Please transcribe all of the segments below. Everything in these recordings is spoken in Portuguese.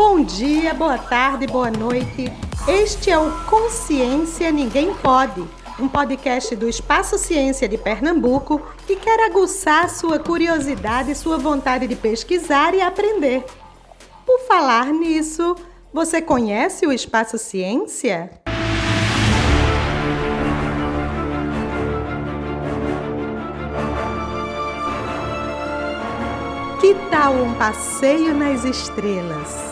Bom dia, boa tarde, boa noite. Este é o Consciência Ninguém Pode, um podcast do Espaço Ciência de Pernambuco que quer aguçar sua curiosidade e sua vontade de pesquisar e aprender. Por falar nisso, você conhece o Espaço Ciência? Que tal um passeio nas estrelas?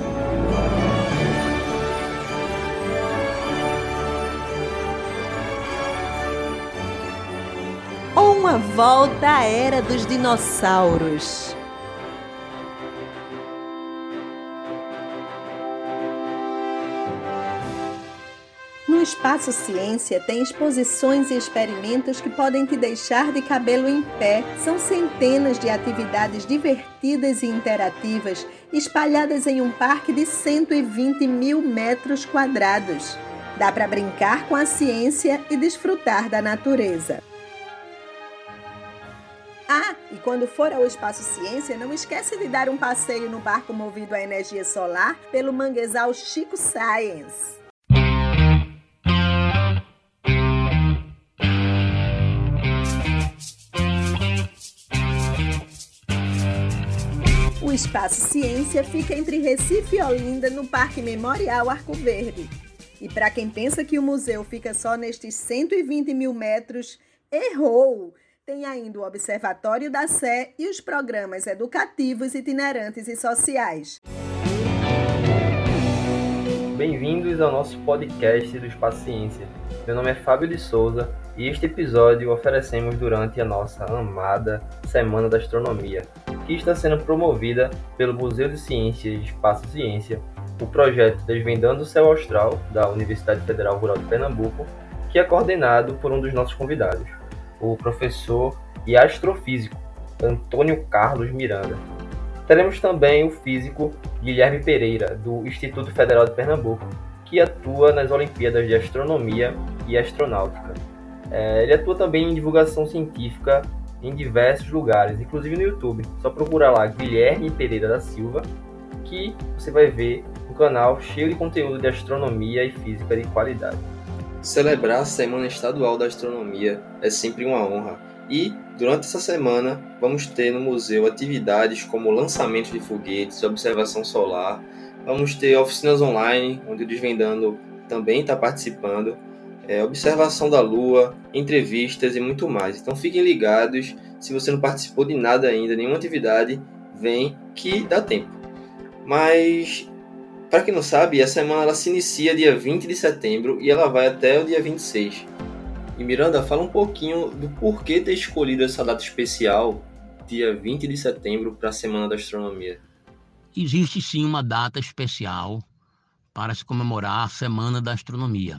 Ou uma volta à era dos dinossauros? No Espaço Ciência tem exposições e experimentos que podem te deixar de cabelo em pé. São centenas de atividades divertidas e interativas espalhadas em um parque de 120 mil metros quadrados. Dá para brincar com a ciência e desfrutar da natureza. Ah, e quando for ao Espaço Ciência, não esquece de dar um passeio no barco movido a energia solar pelo manguezal Chico Science. O Espaço Ciência fica entre Recife e Olinda, no Parque Memorial Arco Verde. E para quem pensa que o museu fica só nestes 120 mil metros, errou! Tem ainda o Observatório da Sé e os programas educativos, itinerantes e sociais. Bem-vindos ao nosso podcast do Espaço Ciência. Meu nome é Fábio de Souza e este episódio oferecemos durante a nossa amada Semana da Astronomia, que está sendo promovida pelo Museu de Ciências e Espaço Ciência, o projeto Desvendando o Céu Austral da Universidade Federal Rural de Pernambuco, que é coordenado por um dos nossos convidados, o professor e astrofísico Antônio Carlos Miranda. Teremos também o físico Guilherme Pereira, do Instituto Federal de Pernambuco, que atua nas Olimpíadas de Astronomia e Astronáutica. Ele atua também em divulgação científica em diversos lugares, inclusive no YouTube. Só procurar lá Guilherme Pereira da Silva, que você vai ver um canal cheio de conteúdo de astronomia e física de qualidade. Celebrar a Semana Estadual da Astronomia é sempre uma honra. E, durante essa semana, vamos ter no museu atividades como lançamento de foguetes, observação solar. Vamos ter oficinas online, onde o Desvendando também está participando, observação da Lua, entrevistas e muito mais. Então fiquem ligados, se você não participou de nada ainda, nenhuma atividade, vem que dá tempo. Mas, para quem não sabe, a semana ela se inicia dia 20 de setembro e ela vai até o dia 26. E Miranda, fala um pouquinho do porquê ter escolhido essa data especial, dia 20 de setembro, para a Semana da Astronomia. Existe sim uma data especial para se comemorar a Semana da Astronomia.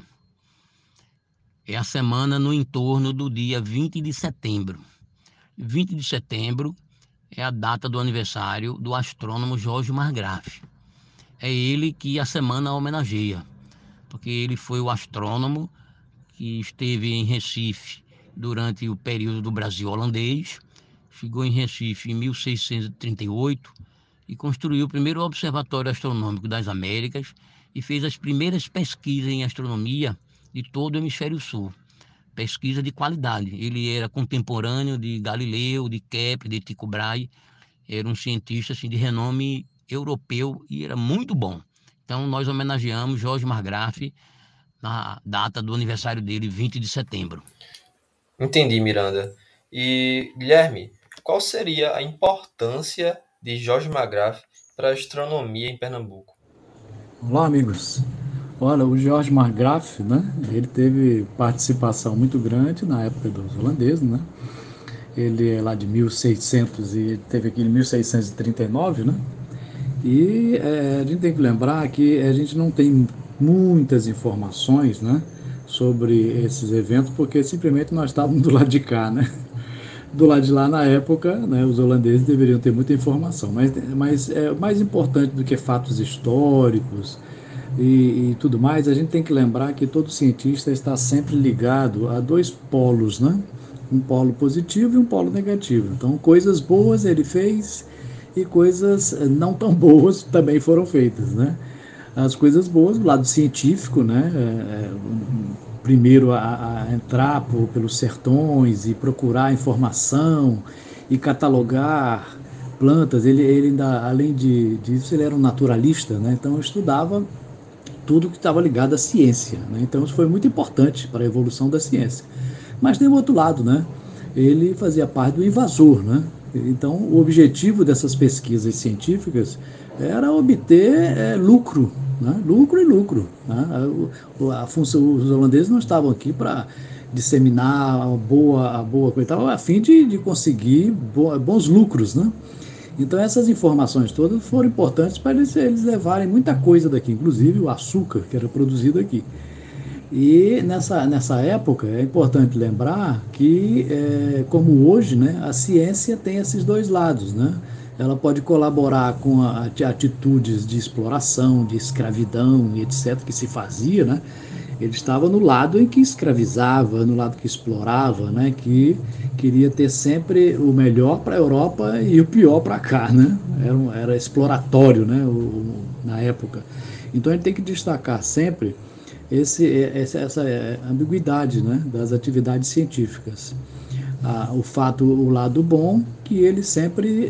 É a semana no entorno do dia 20 de setembro. 20 de setembro é a data do aniversário do astrônomo Jorge Marggraf. É ele que a semana homenageia, porque ele foi o astrônomo que esteve em Recife durante o período do Brasil holandês, chegou em Recife em 1638 e construiu o primeiro observatório astronômico das Américas e fez as primeiras pesquisas em astronomia de todo o hemisfério sul. Pesquisa de qualidade. Ele era contemporâneo de Galileu, de Kepler, de Tycho Brahe. Era um cientista assim, de renome europeu e era muito bom. Então nós homenageamos Jorge Marggraf na data do aniversário dele, 20 de setembro. Entendi, Miranda. E, Guilherme, qual seria a importância de Jorge Marggraf para a astronomia em Pernambuco? Olá, amigos. Olha, o Jorge Marggraf, né, ele teve participação muito grande na época dos holandeses, né? Ele é lá de 1600 e teve aqui em 1639, né? E a gente tem que lembrar que a gente não tem muitas informações, né, sobre esses eventos, porque simplesmente nós estávamos do lado de cá, né? Do lado de lá, na época, né, os holandeses deveriam ter muita informação, mas mais importante do que fatos históricos e tudo mais, a gente tem que lembrar que todo cientista está sempre ligado a dois polos, né? Um polo positivo e um polo negativo. Então, coisas boas ele fez e coisas não tão boas também foram feitas, né? As coisas boas, do lado científico, né? Primeiro a entrar pelos sertões e procurar informação e catalogar plantas. Ele ainda, além disso, ele era um naturalista, né? Então eu estudava tudo que estava ligado à ciência, né? Então isso foi muito importante para a evolução da ciência. Mas tem o outro lado, né? Ele fazia parte do invasor, né? Então o objetivo dessas pesquisas científicas era obter lucro, né? Lucro e lucro. Né? A função, os holandeses não estavam aqui para disseminar a boa coisa, estavam a fim de conseguir bons lucros, né? Então essas informações todas foram importantes para eles levarem muita coisa daqui, inclusive o açúcar que era produzido aqui. E nessa época é importante lembrar que, como hoje, né, a ciência tem esses dois lados, né? Ela pode colaborar com atitudes de exploração, de escravidão e etc. que se fazia, né? Ele estava no lado em que escravizava, no lado que explorava, né? Que queria ter sempre o melhor para a Europa e o pior para cá, né? Era exploratório, né? Na época. Então a gente tem que destacar sempre essa ambiguidade, né? Das atividades científicas. O lado bom, que ele sempre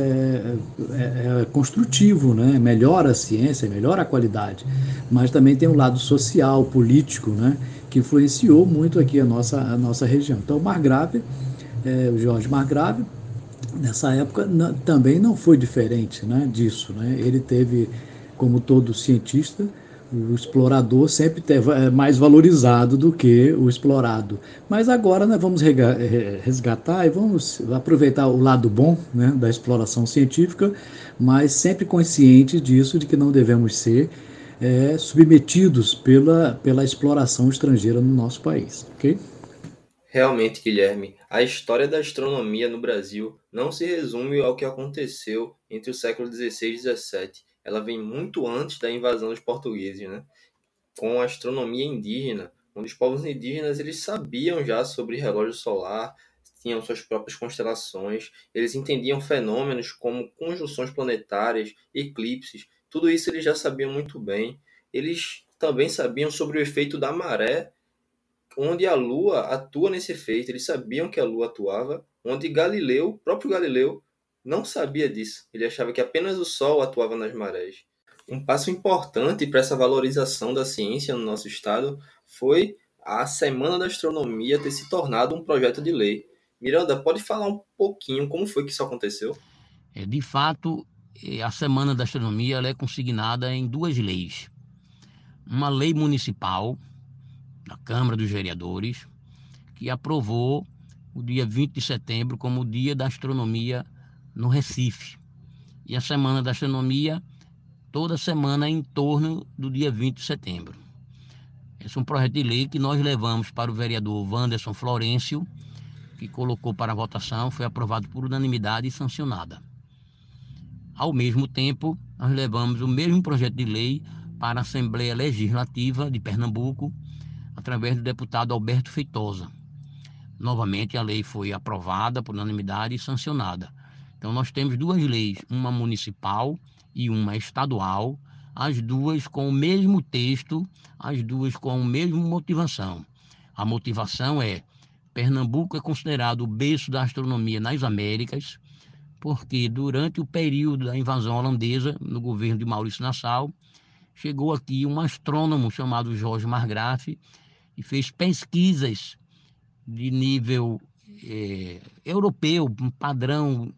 é construtivo, né? Melhora a ciência, melhora a qualidade, mas também tem um lado social, político, né? Que influenciou muito aqui a nossa região. Então, o Margrave, o Jorge Margrave, nessa época também não foi diferente, né, disso, né? Ele teve, como todo cientista, o explorador sempre é mais valorizado do que o explorado. Mas agora nós vamos resgatar e vamos aproveitar o lado bom, né, da exploração científica, mas sempre consciente disso, de que não devemos ser submetidos pela exploração estrangeira no nosso país, ok? Realmente, Guilherme, a história da astronomia no Brasil não se resume ao que aconteceu entre o século XVI e XVII. Ela vem muito antes da invasão dos portugueses, né? Com a astronomia indígena, onde os povos indígenas eles sabiam já sobre relógio solar, tinham suas próprias constelações, eles entendiam fenômenos como conjunções planetárias, eclipses, tudo isso eles já sabiam muito bem. Eles também sabiam sobre o efeito da maré, onde a Lua atua nesse efeito. Eles sabiam que a Lua atuava, onde Galileu, o próprio Galileu, não sabia disso. Ele achava que apenas o Sol atuava nas marés. Um passo importante para essa valorização da ciência no nosso estado foi a Semana da Astronomia ter se tornado um projeto de lei. Miranda, pode falar um pouquinho como foi que isso aconteceu? De fato, a Semana da Astronomia ela é consignada em duas leis. Uma lei municipal, da Câmara dos Vereadores, que aprovou o dia 20 de setembro como o Dia da Astronomia no Recife. E a Semana da Astronomia, toda semana em torno do dia 20 de setembro. Esse é um projeto de lei que nós levamos para o vereador Wanderson Florencio, que colocou para votação, foi aprovado por unanimidade e sancionada. Ao mesmo tempo, nós levamos o mesmo projeto de lei para a Assembleia Legislativa de Pernambuco, através do deputado Alberto Feitosa. Novamente, a lei foi aprovada por unanimidade e sancionada. Então, nós temos duas leis, uma municipal e uma estadual, as duas com o mesmo texto, as duas com a mesma motivação. A motivação é: Pernambuco é considerado o berço da astronomia nas Américas, porque durante o período da invasão holandesa, no governo de Maurício Nassau, chegou aqui um astrônomo chamado Jorge Margrave e fez pesquisas de nível europeu, um padrão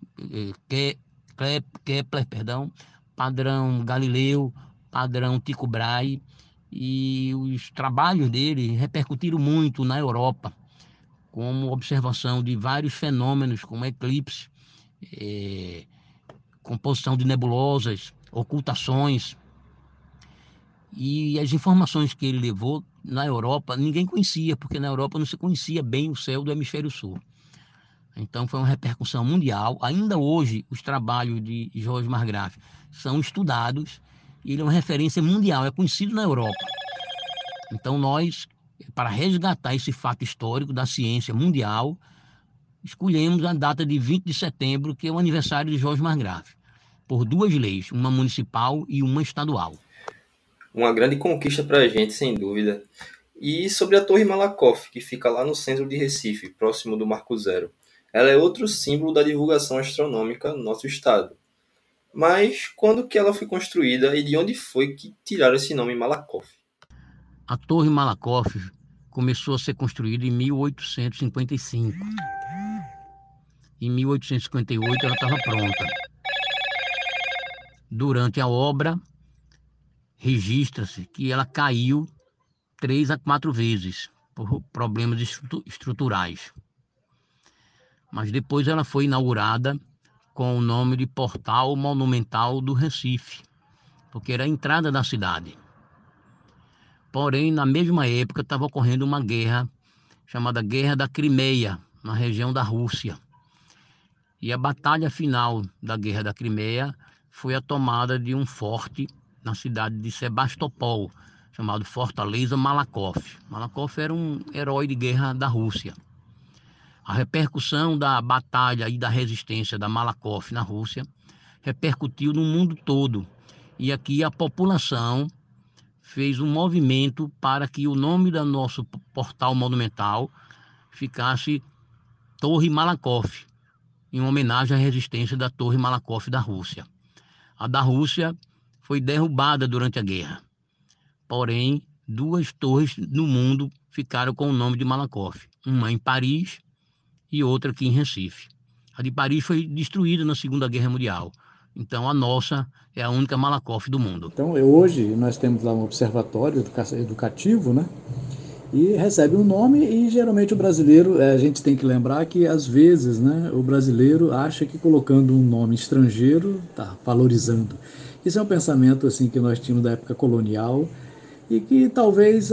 Kepler, padrão Galileu, padrão Tycho Brahe, e os trabalhos dele repercutiram muito na Europa, como observação de vários fenômenos, como eclipse, composição de nebulosas, ocultações. E as informações que ele levou na Europa, ninguém conhecia, porque na Europa não se conhecia bem o céu do hemisfério sul. Então foi uma repercussão mundial. Ainda hoje, os trabalhos de Jorge Margrave são estudados e ele é uma referência mundial, é conhecido na Europa. Então nós, para resgatar esse fato histórico da ciência mundial, escolhemos a data de 20 de setembro, que é o aniversário de Jorge Margrave. por 2 leis, uma municipal e uma estadual. Uma grande conquista para a gente, sem dúvida. E sobre a Torre Malakoff, que fica lá no centro de Recife, próximo do Marco Zero. Ela é outro símbolo da divulgação astronômica no nosso estado. Mas quando que ela foi construída e de onde foi que tiraram esse nome Malakoff? A Torre Malakoff começou a ser construída em 1855. Em 1858 ela estava pronta. Durante a obra, registra-se que ela caiu 3 a 4 vezes por problemas estruturais. Mas depois ela foi inaugurada com o nome de Portal Monumental do Recife, porque era a entrada da cidade. Porém, na mesma época estava ocorrendo uma guerra chamada Guerra da Crimeia, na região da Rússia. E a batalha final da Guerra da Crimeia foi a tomada de um forte na cidade de Sebastopol, chamado Fortaleza Malakoff. Malakoff era um herói de guerra da Rússia. A repercussão da batalha e da resistência da Malakoff na Rússia repercutiu no mundo todo. E aqui a população fez um movimento para que o nome do nosso portal monumental ficasse Torre Malakoff, em homenagem à resistência da Torre Malakoff da Rússia. A da Rússia foi derrubada durante a guerra. Porém, 2 torres no mundo ficaram com o nome de Malakoff. Uma em Paris e outra aqui em Recife. A de Paris foi destruída na Segunda Guerra Mundial. Então, a nossa é a única Malakoff do mundo. Então, hoje nós temos lá um observatório educativo, né? E recebe um nome e geralmente o brasileiro, a gente tem que lembrar que às vezes, né, o brasileiro acha que colocando um nome estrangeiro está valorizando. Isso é um pensamento assim que nós tínhamos da época colonial e que talvez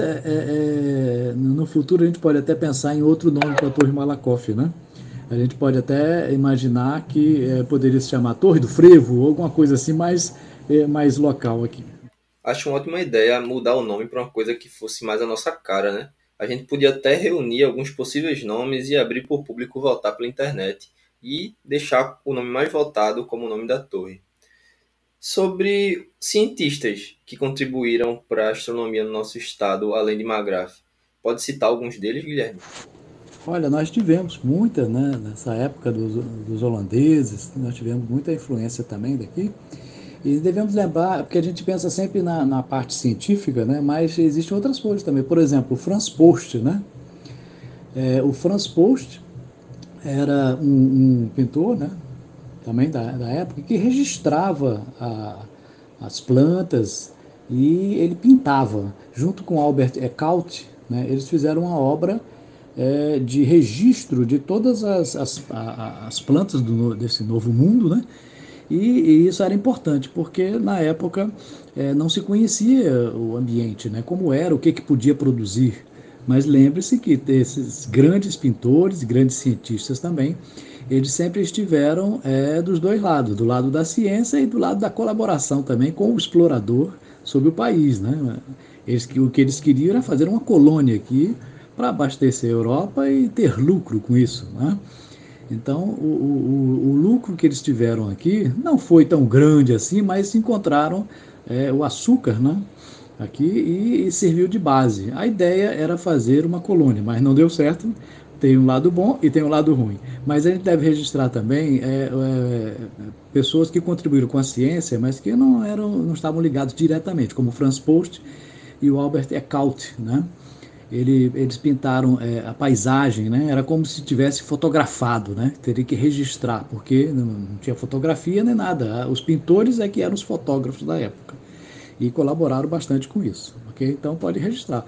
no futuro a gente pode até pensar em outro nome para a Torre Malakoff, né? A gente pode até imaginar que poderia se chamar Torre do Frevo ou alguma coisa assim mais local aqui. Acho uma ótima ideia mudar o nome para uma coisa que fosse mais a nossa cara, né? A gente podia até reunir alguns possíveis nomes e abrir para o público votar pela internet e deixar o nome mais votado como o nome da torre. Sobre cientistas que contribuíram para a astronomia no nosso estado, além de Marggraf, pode citar alguns deles, Guilherme? Olha, nós tivemos muita, né, nessa época dos holandeses, nós tivemos muita influência também daqui. E devemos lembrar, porque a gente pensa sempre na parte científica, né, mas existem outras coisas também. Por exemplo, o Franz Post, né? O Franz Post era um pintor, né, também da época, que registrava as plantas e ele pintava. Junto com Albert Eckhout, né, eles fizeram uma obra de registro de todas as plantas desse novo mundo, né? E isso era importante, porque na época não se conhecia o ambiente, né? Como era, o que podia produzir. Mas lembre-se que esses grandes pintores, grandes cientistas também, eles sempre estiveram dos 2 lados, do lado da ciência e do lado da colaboração também com o explorador sobre o país, né? O que eles queriam era fazer uma colônia aqui para abastecer a Europa e ter lucro com isso, né? Então, o lucro que eles tiveram aqui não foi tão grande assim, mas encontraram o açúcar, né, aqui e serviu de base. A ideia era fazer uma colônia, mas não deu certo. Tem um lado bom e tem um lado ruim. Mas a gente deve registrar também pessoas que contribuíram com a ciência, mas que não estavam ligados diretamente, como o Franz Post e o Albert Eckhout, né? Eles pintaram a paisagem, né? Era como se tivesse fotografado, né? Teria que registrar, porque não tinha fotografia nem nada. Os pintores que eram os fotógrafos da época e colaboraram bastante com isso, ok? Então pode registrar.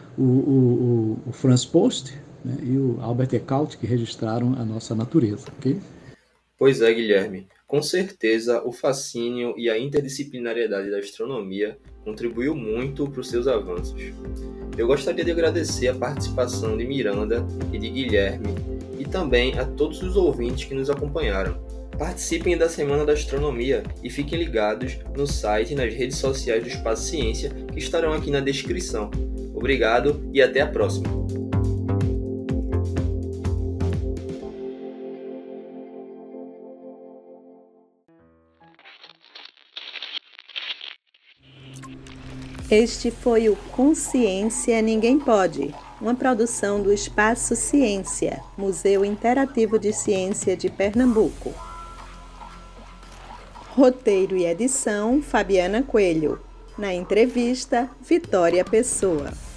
O Franz Post, né, e o Albert Eckhout, que registraram a nossa natureza, ok? Pois é, Guilherme. Com certeza, o fascínio e a interdisciplinariedade da astronomia contribuiu muito para os seus avanços. Eu gostaria de agradecer a participação de Miranda e de Guilherme e também a todos os ouvintes que nos acompanharam. Participem da Semana da Astronomia e fiquem ligados no site e nas redes sociais do Espaço Ciência que estarão aqui na descrição. Obrigado e até a próxima! Este foi o Consciência Ninguém Pode, uma produção do Espaço Ciência, Museu Interativo de Ciência de Pernambuco. Roteiro e edição, Fabiana Coelho. Na entrevista, Vitória Pessoa.